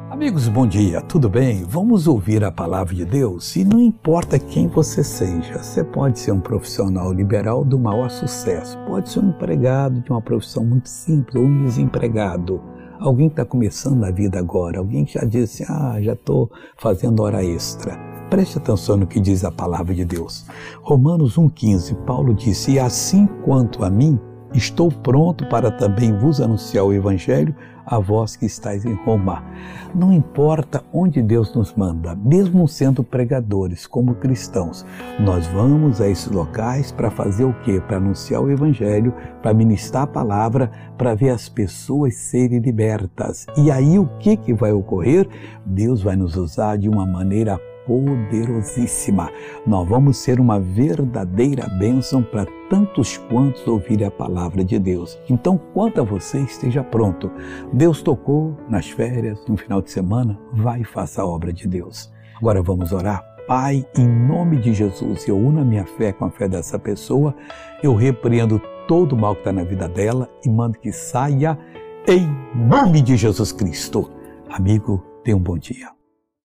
Amigos, bom dia, tudo bem? Vamos ouvir a palavra de Deus e não importa quem você seja, você pode ser um profissional liberal do maior sucesso, pode ser um empregado de uma profissão muito simples ou um desempregado, alguém que está começando a vida agora, alguém que já disse, já estou fazendo hora extra. Preste atenção no que diz a palavra de Deus. Romanos 1,15, Paulo disse, e assim quanto a mim, estou pronto para também vos anunciar o Evangelho a vós que estáis em Roma. Não importa onde Deus nos manda, mesmo sendo pregadores, como cristãos, nós vamos a esses locais para fazer o quê? Para anunciar o Evangelho, para ministrar a palavra, para ver as pessoas serem libertas. E aí o que vai ocorrer? Deus vai nos usar de uma maneira poderosíssima. Nós vamos ser uma verdadeira bênção para tantos quantos ouvirem a palavra de Deus. Então, quanto a você, esteja pronto. Deus tocou nas férias, no final de semana, vai e faça a obra de Deus. Agora vamos orar. Pai, em nome de Jesus, eu uno a minha fé com a fé dessa pessoa, eu repreendo todo o mal que está na vida dela e mando que saia em nome de Jesus Cristo. Amigo, tenha um bom dia.